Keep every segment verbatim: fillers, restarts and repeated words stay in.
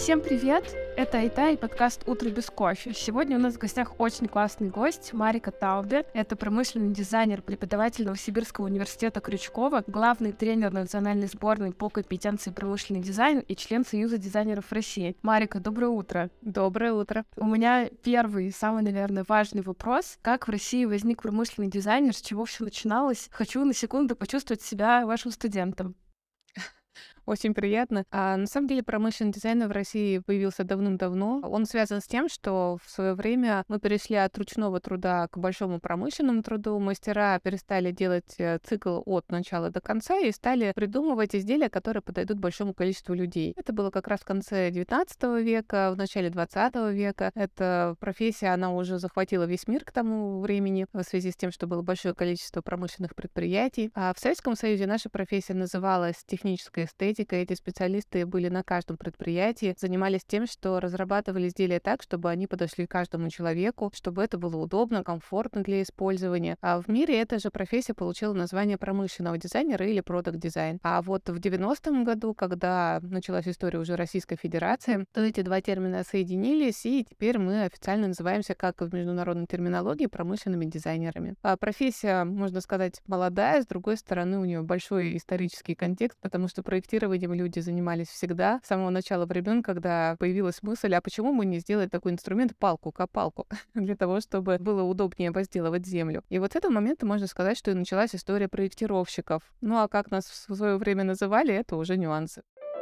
Всем привет! Это Айта и подкаст «Утро без кофе». Сегодня у нас в гостях очень классный гость Марика Таубе. Это промышленный дизайнер, преподаватель Новосибирского университета Крючкова, главный тренер национальной сборной по компетенции промышленный дизайн и член Союза дизайнеров России. Марика, доброе утро! Доброе утро! У меня первый, самый, наверное, важный вопрос. Как в России возник промышленный дизайнер, с чего все начиналось? Хочу на секунду почувствовать себя вашим студентом. Очень приятно. А, на самом деле промышленный дизайн в России появился давным-давно. Он связан с тем, что в свое время мы перешли от ручного труда к большому промышленному труду. Мастера перестали делать э, цикл от начала до конца и стали придумывать изделия, которые подойдут большому количеству людей. Это было как раз в конце девятнадцатого века, в начале двадцатого века. Эта профессия, она уже захватила весь мир к тому времени в связи с тем, что было большое количество промышленных предприятий. А в Советском Союзе наша профессия называлась технической эстетикой. Эти специалисты были на каждом предприятии, занимались тем, что разрабатывали изделия так, чтобы они подошли каждому человеку, чтобы это было удобно, комфортно для использования. А в мире эта же профессия получила название промышленного дизайнера или продакт-дизайн. А вот в девяностом году, когда началась история уже Российской Федерации, то эти два термина соединились, и теперь мы официально называемся, как в международной терминологии, промышленными дизайнерами. А профессия, можно сказать, молодая, с другой стороны, у нее большой исторический контекст, потому что проектирование люди занимались всегда, с самого начала времен, когда появилась мысль, а почему мы не сделать такой инструмент палку-копалку, для того, чтобы было удобнее возделывать землю. И вот с этого момента можно сказать, что и началась история проектировщиков. Ну а как нас в свое время называли, это уже нюансы.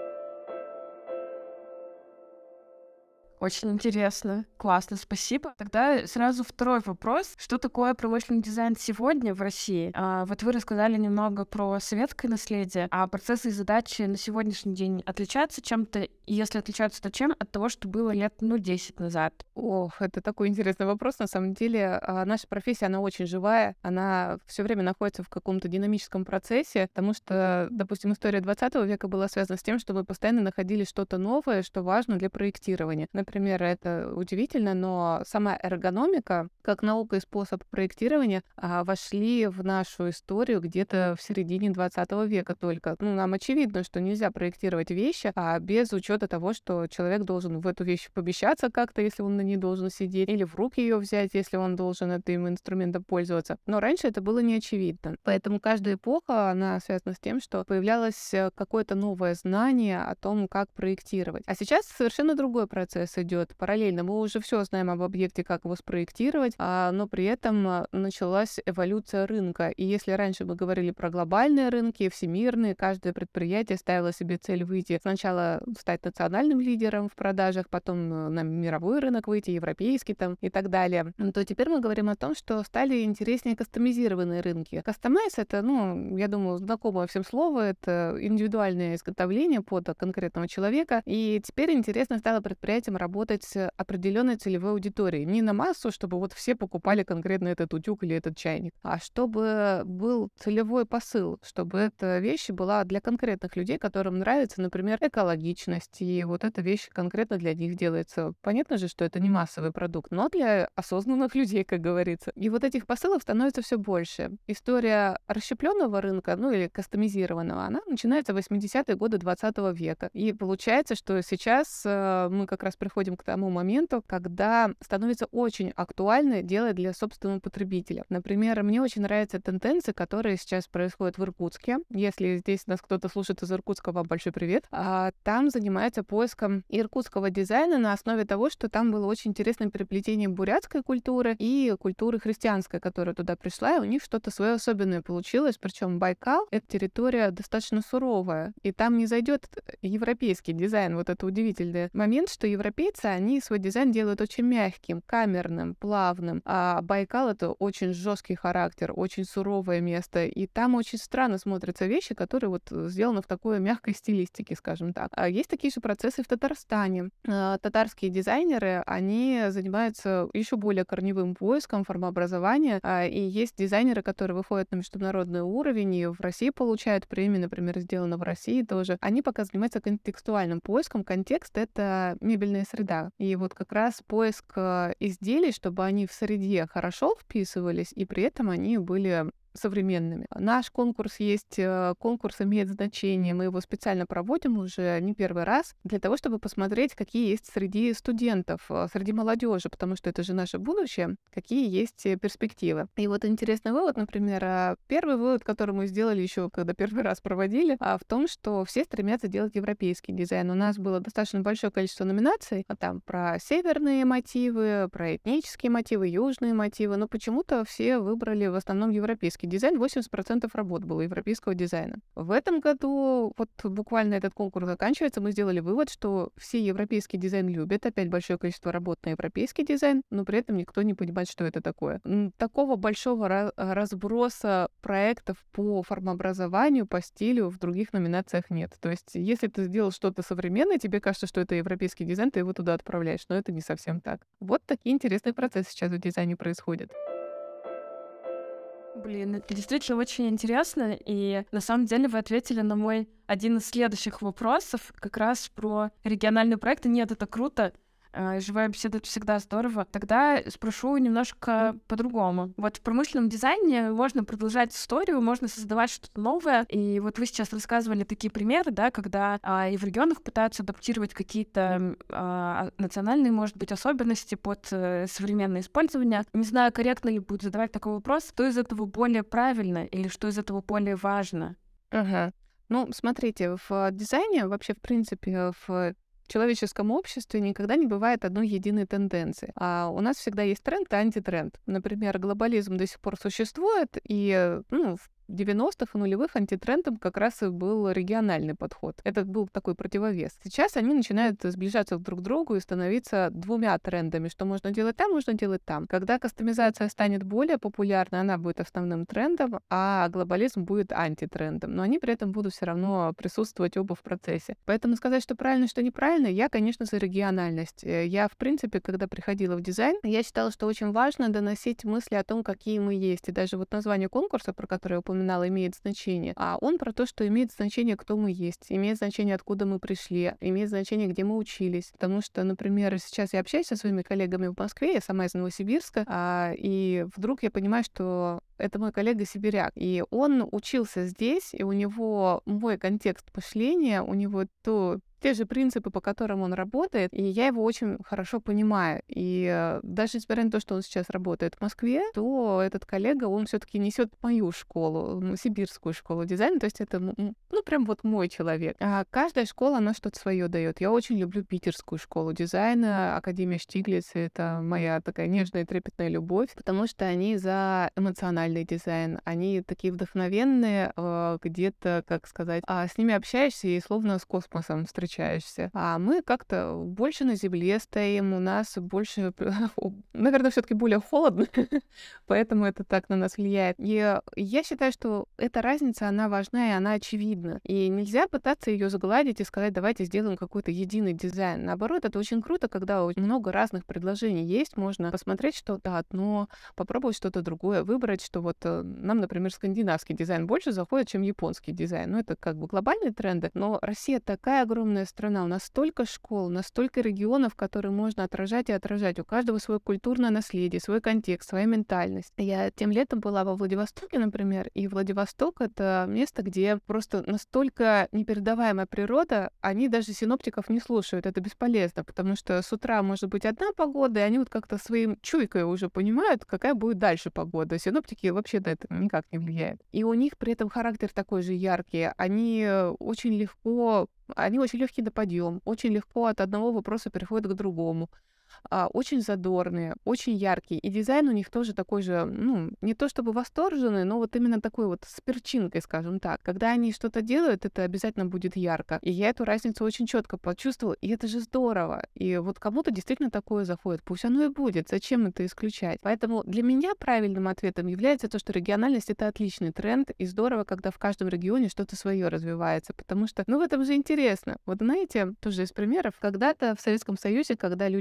Очень интересно. Классно, спасибо. Тогда сразу второй вопрос. Что такое промышленный дизайн сегодня в России? А, вот вы рассказали немного про советское наследие, а процессы и задачи на сегодняшний день отличаются чем-то? И если отличаются, то чем от того, что было лет, ну, десять назад? Ох, это такой интересный вопрос. На самом деле, а, наша профессия, она очень живая, она все время находится в каком-то динамическом процессе, потому что, допустим, история двадцатого века была связана с тем, что мы постоянно находили что-то новое, что важно для проектирования. Например, это удивительно, но сама эргономика, как наука и способ проектирования, а, вошли в нашу историю где-то в середине двадцатого века только. Ну, нам очевидно, что нельзя проектировать вещи, а без учета того, что человек должен в эту вещь помещаться как-то, если он на ней должен сидеть, или в руки ее взять, если он должен этим инструментом пользоваться. Но раньше это было не очевидно. Поэтому каждая эпоха, она связана с тем, что появлялось какое-то новое знание о том, как проектировать. А сейчас совершенно другой процесс идет параллельно. Мы уже все знаем об объекте, как его спроектировать, а, но при этом началась эволюция рынка. И если раньше мы говорили про глобальные рынки, всемирные, каждое предприятие ставило себе цель выйти сначала стать национальным лидером в продажах, потом на мировой рынок выйти, европейский там и так далее, то теперь мы говорим о том, что стали интереснее кастомизированные рынки. Кастомайз — это, ну, я думаю, знакомое всем слово, это индивидуальное изготовление под конкретного человека. И теперь интересно стало предприятиям работать с определенной целевой аудиторией. Не на массу, чтобы вот все покупали конкретно этот утюг или этот чайник, а чтобы был целевой посыл, чтобы эта вещь была для конкретных людей, которым нравится, например, экологичность, и вот эта вещь конкретно для них делается. Понятно же, что это не массовый продукт, но для осознанных людей, как говорится. И вот этих посылов становится все больше. История расщепленного рынка, ну или кастомизированного, она начинается в восьмидесятые годы двадцатого века. И получается, что сейчас э, мы как раз приходим к тому моменту, когда становится очень актуально делать для собственного потребителя. Например, мне очень нравятся тенденции, которые сейчас происходят в Иркутске. Если здесь нас кто-то слушает из Иркутска, вам большой привет. А, там занимается поиском иркутского дизайна на основе того, что там было очень интересное переплетение бурятской культуры и культуры христианской, которая туда пришла, и у них что-то свое особенное получилось. Причем Байкал — это территория достаточно суровая, и там не зайдет европейский дизайн. Вот это удивительный момент, что европейцы, они свой дизайн делают очень мягким, камерным, плавным, а Байкал — это очень жесткий характер, очень суровое место, и там очень странно смотрятся вещи, которые вот сделаны в такой мягкой стилистике, скажем так. А есть такие же процессы в Татарстане. Татарские дизайнеры, они занимаются еще более корневым поиском формообразования, и есть дизайнеры, которые выходят на международный уровень и в России получают премии, например, сделано в России тоже. Они пока занимаются контекстуальным поиском. Контекст — это мебельная среда. И вот как раз поиск изделий, чтобы они в среде хорошо вписывались, и при этом они были современными. Наш конкурс есть, э, конкурс имеет значение, мы его специально проводим уже не первый раз, для того, чтобы посмотреть, какие есть среди студентов, э, среди молодежи, потому что это же наше будущее, какие есть э, перспективы. И вот интересный вывод, например, а, первый вывод, который мы сделали еще, когда первый раз проводили, а, в том, что все стремятся делать европейский дизайн. У нас было достаточно большое количество номинаций, а там про северные мотивы, про этнические мотивы, южные мотивы, но почему-то все выбрали в основном европейский дизайн. восемьдесят процентов работ было европейского дизайна. В этом году, вот буквально этот конкурс заканчивается, мы сделали вывод, что все европейский дизайн любят, опять большое количество работ на европейский дизайн, но при этом никто не понимает, что это такое. М, Такого большого ra- разброса проектов по формообразованию, по стилю в других номинациях нет. То есть, если ты сделал что-то современное, тебе кажется, что это европейский дизайн, ты его туда отправляешь, но это не совсем так. Вот такие интересные процессы сейчас в дизайне происходят. Блин, это действительно очень интересно, и на самом деле вы ответили на мой один из следующих вопросов, как раз про региональные проекты. Нет, это круто. А, Живая беседа — это всегда здорово. Тогда спрошу немножко по-другому. Вот в промышленном дизайне можно продолжать историю, можно создавать что-то новое. И вот вы сейчас рассказывали такие примеры, да, когда а, и в регионах пытаются адаптировать какие-то а, национальные, может быть, особенности под э, современное использование. Не знаю, корректно ли будет задавать такой вопрос, что из этого более правильно или что из этого более важно? Ага. Ну, смотрите, в дизайне вообще, в принципе, в человеческом обществе никогда не бывает одной единой тенденции. А у нас всегда есть тренд и антитренд. Например, глобализм до сих пор существует, и ну, в девяностых и нулевых антитрендом как раз и был региональный подход. Это был такой противовес. Сейчас они начинают сближаться друг к другу и становиться двумя трендами, что можно делать там, можно делать там. Когда кастомизация станет более популярной, она будет основным трендом, а глобализм будет антитрендом. Но они при этом будут все равно присутствовать оба в процессе. Поэтому сказать, что правильно, что неправильно, я, конечно, за региональность. Э, Я, в принципе, когда приходила в дизайн, я считала, что очень важно доносить мысли о том, какие мы есть. И даже вот название конкурса, про которое я упоминала, имеет значение. А он про то, что имеет значение, кто мы есть, имеет значение, откуда мы пришли, имеет значение, где мы учились. Потому что, например, сейчас я общаюсь со своими коллегами в Москве, я сама из Новосибирска, а, и вдруг я понимаю, что это мой коллега сибиряк. И он учился здесь, и у него мой контекст мышления, у него то те же принципы, по которым он работает, и я его очень хорошо понимаю. И э, даже несмотря на то, что он сейчас работает в Москве, то этот коллега, он все-таки несет мою школу, м, сибирскую школу дизайна, то есть это, м, м, ну, прям вот мой человек. А каждая школа, она что-то свое дает. Я очень люблю питерскую школу дизайна, Академия Штиглиц, это моя такая нежная и трепетная любовь, потому что они за эмоциональный дизайн, они такие вдохновенные, э, где-то, как сказать, а с ними общаешься и словно с космосом встречаешься. А мы как-то больше на земле стоим, у нас больше, наверное, все-таки более холодно, поэтому это так на нас влияет. И я считаю, что эта разница, она важна и она очевидна. И нельзя пытаться ее загладить и сказать, давайте сделаем какой-то единый дизайн. Наоборот, это очень круто, когда очень много разных предложений есть, можно посмотреть что-то одно, попробовать что-то другое, выбрать, что вот э, нам, например, скандинавский дизайн больше заходит, чем японский дизайн. Ну, это как бы глобальные тренды, но Россия такая огромная страна, у нас столько школ, у нас столько регионов, которые можно отражать и отражать. У каждого свое культурное наследие, свой контекст, своя ментальность. Я тем летом была во Владивостоке, например, и Владивосток — это место, где просто настолько непередаваемая природа, они даже синоптиков не слушают, это бесполезно, потому что с утра может быть одна погода, и они вот как-то своим чуйкой уже понимают, какая будет дальше погода. Синоптики вообще на это никак не влияют. И у них при этом характер такой же яркий, они э, очень легко они очень легкие на подъем, очень легко от одного вопроса переходят к другому. а, очень задорные, очень яркие. И дизайн у них тоже такой же, ну, не то чтобы восторженный, но вот именно такой вот с перчинкой, скажем так. Когда они что-то делают, это обязательно будет ярко. И я эту разницу очень четко почувствовала, и это же здорово. И вот кому-то действительно такое заходит. Пусть оно и будет. Зачем это исключать? Поэтому для меня правильным ответом является то, что региональность — это отличный тренд, и здорово, когда в каждом регионе что-то свое развивается, потому что, ну, в этом же интересно. Вот знаете, тоже из примеров, когда-то в Советском Союзе, когда люди ехали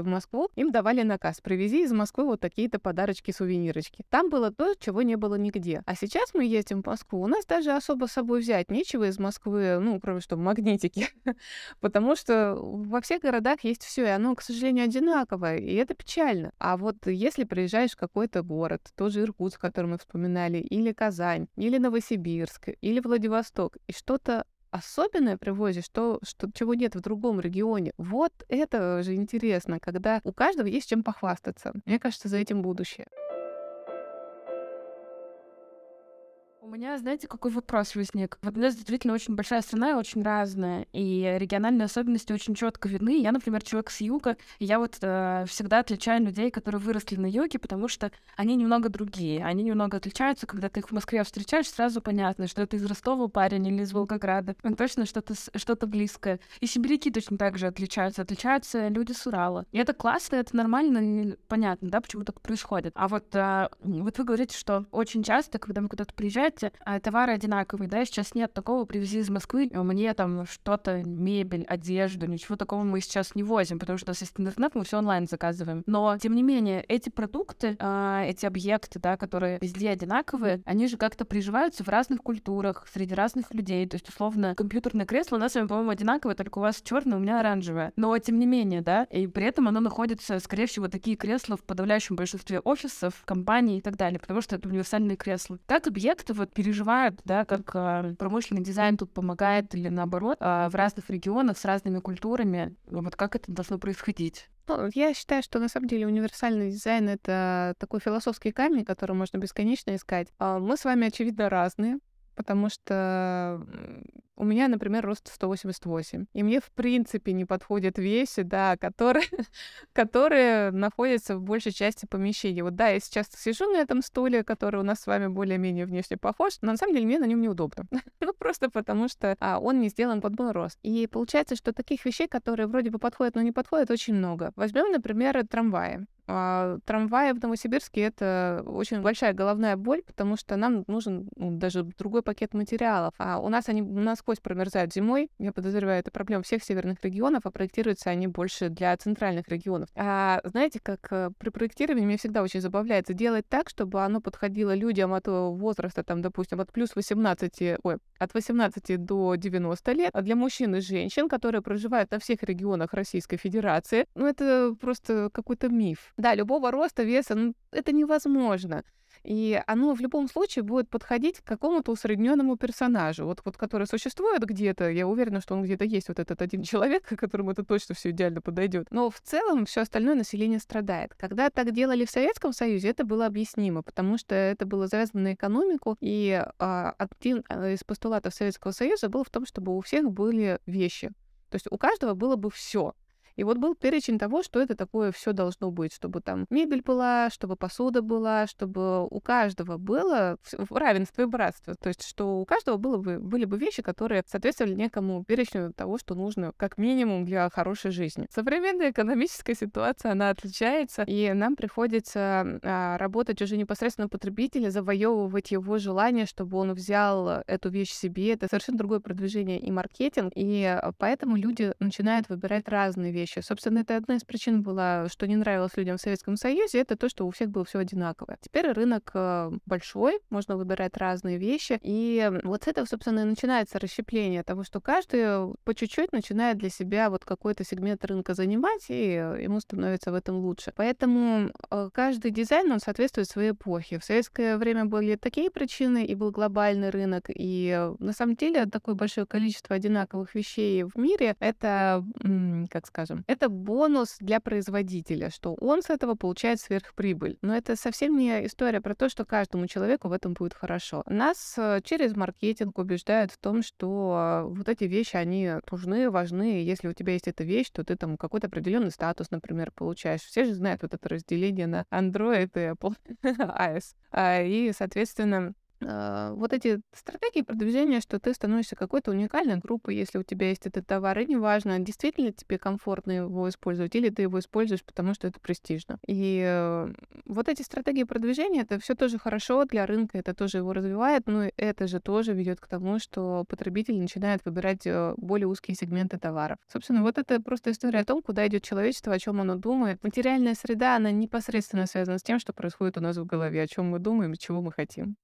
в Москву, им давали наказ: привези из Москвы вот такие-то подарочки-сувенирочки. Там было то, чего не было нигде. А сейчас мы ездим в Москву, у нас даже особо с собой взять нечего из Москвы, ну, кроме что магнитики, потому что во всех городах есть все, и оно, к сожалению, одинаковое, и это печально. А вот если приезжаешь в какой-то город, тоже Иркутск, который мы вспоминали, или Казань, или Новосибирск, или Владивосток, и что-то особенное привозишь, что, что, чего нет в другом регионе. Вот это же интересно, когда у каждого есть чем похвастаться. Мне кажется, за этим будущее. У меня, знаете, какой вопрос возник? Вот у нас действительно очень большая страна и очень разная, и региональные особенности очень четко видны. Я, например, человек с юга, и я вот э, всегда отличаю людей, которые выросли на юге, потому что они немного другие, они немного отличаются. Когда ты их в Москве встречаешь, сразу понятно, что это из Ростова парень или из Волгограда. Он точно что-то с- что-то близкое. И сибиряки точно так же отличаются. Отличаются люди с Урала. И это классно, это нормально, и понятно, да, почему так происходит. А вот, э, вот вы говорите, что очень часто, когда вы куда-то приезжаете, а товары одинаковые, да, сейчас нет такого: привези из Москвы, а мне там что-то, мебель, одежду, ничего такого мы сейчас не возим, потому что у нас есть интернет, мы все онлайн заказываем. Но, тем не менее, эти продукты, а, эти объекты, да, которые везде одинаковые, они же как-то приживаются в разных культурах, среди разных людей. То есть, условно, компьютерное кресло у нас с вами, по-моему, одинаковое, только у вас черное, у меня оранжевое. Но, тем не менее, да, и при этом оно находится, скорее всего, такие кресла в подавляющем большинстве офисов, компаний и так далее, потому что это универсальные кресла. Как объекты вот переживают, да, как э, промышленный дизайн тут помогает или наоборот, э, в разных регионах с разными культурами, вот как это должно происходить? Ну, я считаю, что на самом деле универсальный дизайн — это такой философский камень, который можно бесконечно искать. А мы с вами, очевидно, разные, потому что м, у меня, например, рост сто восемьдесят восемь, и мне в принципе не подходят вещи, да, которые, которые находятся в большей части помещения. Вот да, я сейчас сижу на этом стуле, который у нас с вами более-менее внешне похож, но на самом деле мне на нем неудобно. Ну, просто потому что а, он не сделан под мой рост. И получается, что таких вещей, которые вроде бы подходят, но не подходят, очень много. Возьмем, например, трамваи. А, Трамваи в Новосибирске — это очень большая головная боль, потому что нам нужен, ну, даже другой пакет материалов. А у нас они насквозь промерзают зимой. Я подозреваю, это проблема всех северных регионов, а проектируются они больше для центральных регионов. А знаете, как э, при проектировании меня всегда очень забавляет делать так, чтобы оно подходило людям от э, возраста, там, допустим, от плюс восемнадцати, ой, от восемнадцати до девяноста лет, а для мужчин и женщин, которые проживают на всех регионах Российской Федерации. Ну, это просто какой-то миф. Да, любого роста, веса, ну, это невозможно. И оно в любом случае будет подходить к какому-то усредненному персонажу, вот, вот который существует где-то. Я уверена, что он где-то есть, вот этот один человек, которому это точно все идеально подойдет. Но в целом все остальное население страдает. Когда так делали в Советском Союзе, это было объяснимо, потому что это было завязано на экономику, и а, один из постулатов Советского Союза был в том, чтобы у всех были вещи. То есть у каждого было бы все. И вот был перечень того, что это такое все должно быть, чтобы там мебель была, чтобы посуда была, чтобы у каждого было вс- в равенство и братство. То есть, что у каждого было бы, были бы вещи, которые соответствовали некому перечню того, что нужно как минимум для хорошей жизни. Современная экономическая ситуация, она отличается, и нам приходится а, работать уже непосредственно потребителя, завоевывать его желание, чтобы он взял эту вещь себе. Это совершенно другое продвижение и маркетинг, и а, поэтому люди начинают выбирать разные вещи. Собственно, это одна из причин была, что не нравилось людям в Советском Союзе, это то, что у всех было все одинаковое. Теперь рынок э, большой, можно выбирать разные вещи, и вот с этого, собственно, и начинается расщепление того, что каждый по чуть-чуть начинает для себя вот какой-то сегмент рынка занимать, и ему становится в этом лучше. Поэтому э, каждый дизайн, он соответствует своей эпохе. В советское время были такие причины, и был глобальный рынок, и э, на самом деле такое большое количество одинаковых вещей в мире — это, м, как скажем, это бонус для производителя, что он с этого получает сверхприбыль. Но это совсем не история про то, что каждому человеку в этом будет хорошо. Нас э, через маркетинг убеждают в том, что э, вот эти вещи, они нужны, важны. И если у тебя есть эта вещь, то ты там какой-то определенный статус, например, получаешь. Все же знают вот это разделение на Android и Apple iOS. А, И, соответственно, э, вот эти стратегии продвижения, что ты становишься какой-то уникальной группой, если у тебя есть этот товар, и неважно, действительно тебе комфортно его использовать, или ты его используешь, потому что это престижно. И э, вот эти стратегии продвижения, это все тоже хорошо для рынка, это тоже его развивает, но это же тоже ведет к тому, что потребитель начинает выбирать э, более узкие сегменты товаров. Собственно, вот это просто история о том, куда идет человечество, о чем оно думает. Материальная среда, она непосредственно связана с тем, что происходит у нас в голове, о чем мы думаем и чего мы хотим.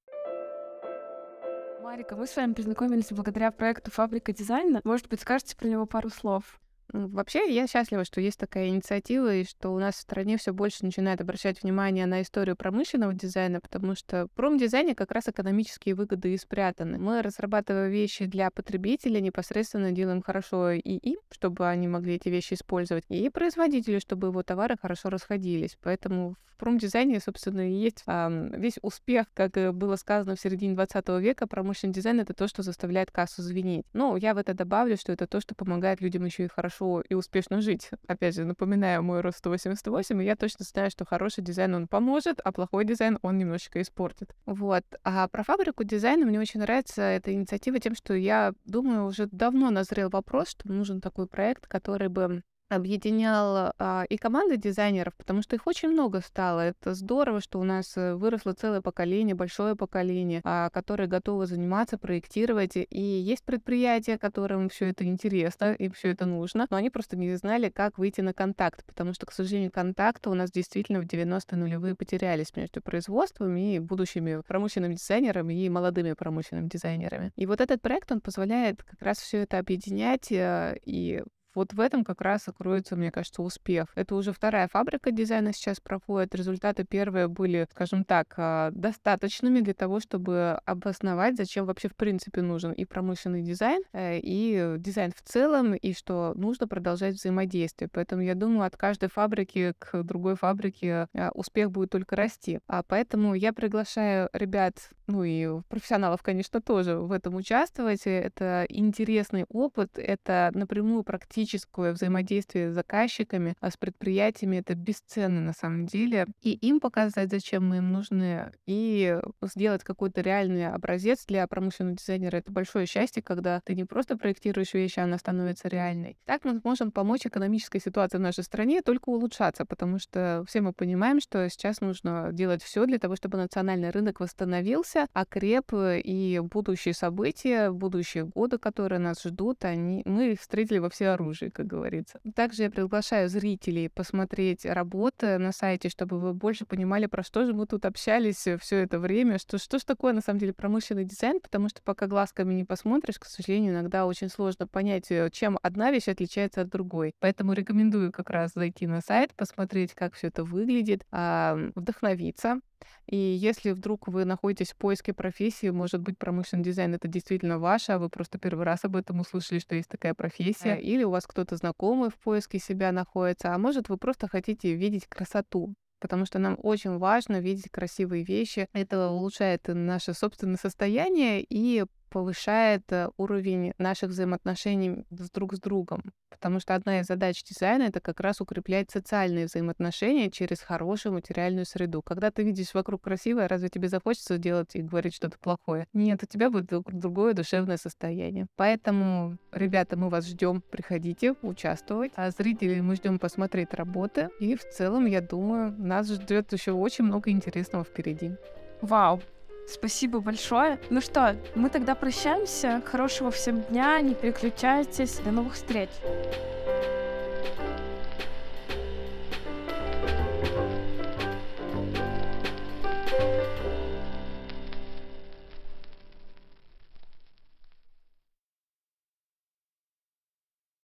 Марика, мы с вами познакомились благодаря проекту «Фабрика дизайна». Может быть, скажете про него пару слов? М, Вообще, я счастлива, что есть такая инициатива, и что у нас в стране все больше начинает обращать внимание на историю промышленного дизайна, потому что в промдизайне как раз экономические выгоды и спрятаны. Мы, разрабатывая вещи для потребителя, непосредственно делаем хорошо и им, чтобы они могли эти вещи использовать, и производителю, чтобы его товары хорошо расходились. Поэтому в промдизайне, собственно, и есть ам, весь успех, как и было сказано в середине двадцатого века, промышленный дизайн — это то, что заставляет кассу звенеть. Но я в это добавлю, что это то, что помогает людям еще и хорошо и успешно жить. Опять же, напоминаю, мой рост сто восемьдесят восемь, и я точно знаю, что хороший дизайн, он поможет, а плохой дизайн он немножечко испортит. Вот. А про фабрику дизайна мне очень нравится эта инициатива тем, что я думаю, уже давно назрел вопрос, что нужен такой проект, который бы объединял а, и команды дизайнеров, потому что их очень много стало. Это здорово, что у нас э, выросло целое поколение, большое поколение, а, которые готовы заниматься, проектировать. И есть предприятия, которым все это интересно, им все это нужно, но они просто не знали, как выйти на контакт, потому что, к сожалению, контакты у нас действительно в девяностые нулевые потерялись между производством и будущими промышленными дизайнерами и молодыми промышленными дизайнерами. И вот этот проект, он позволяет как раз все это объединять э, и вот в этом как раз и кроется, мне кажется, успех. Это уже вторая фабрика дизайна сейчас проходит. Результаты первые были, скажем так, а, достаточными для того, чтобы обосновать, зачем вообще в принципе нужен и промышленный дизайн, э, и дизайн в целом, и что нужно продолжать взаимодействие. Поэтому я думаю, от каждой фабрики к другой фабрике а, успех будет только расти. А поэтому я приглашаю ребят, ну и профессионалов, конечно, тоже в этом участвовать. Это интересный опыт, это напрямую практически практическое взаимодействие с заказчиками, а с предприятиями — это бесценно на самом деле. И им показать, зачем мы им нужны, и сделать какой-то реальный образец для промышленного дизайнера — это большое счастье, когда ты не просто проектируешь вещь, а она становится реальной. Так мы можем помочь экономической ситуации в нашей стране только улучшаться, потому что все мы понимаем, что сейчас нужно делать все для того, чтобы национальный рынок восстановился, окреп, и будущие события, будущие годы, которые нас ждут, они, мы их встретили во всеоружии, как говорится. Также я приглашаю зрителей посмотреть работы на сайте, чтобы вы больше понимали, про что же мы тут общались все это время, что, что ж такое на самом деле промышленный дизайн, потому что пока глазками не посмотришь, к сожалению, иногда очень сложно понять, чем одна вещь отличается от другой. Поэтому рекомендую как раз зайти на сайт, посмотреть, как все это выглядит, вдохновиться. И если вдруг вы находитесь в поиске профессии, может быть, промышленный дизайн — это действительно ваше, а вы просто первый раз об этом услышали, что есть такая профессия, или у вас кто-то знакомый в поиске себя находится, а может, вы просто хотите видеть красоту. Потому что нам очень важно видеть красивые вещи. Это улучшает наше собственное состояние и повышает э, уровень наших взаимоотношений с друг с другом. Потому что одна из задач дизайна — это как раз укреплять социальные взаимоотношения через хорошую материальную среду. Когда ты видишь вокруг красивое, разве тебе захочется делать и говорить что-то плохое? Нет, у тебя будет друг- другое душевное состояние. Поэтому, ребята, мы вас ждем, приходите участвовать. А зрителей мы ждем посмотреть работы. И в целом, я думаю, нас ждет еще очень много интересного впереди. Вау! Спасибо большое. Ну что, мы тогда прощаемся. Хорошего всем дня, не переключайтесь. До новых встреч.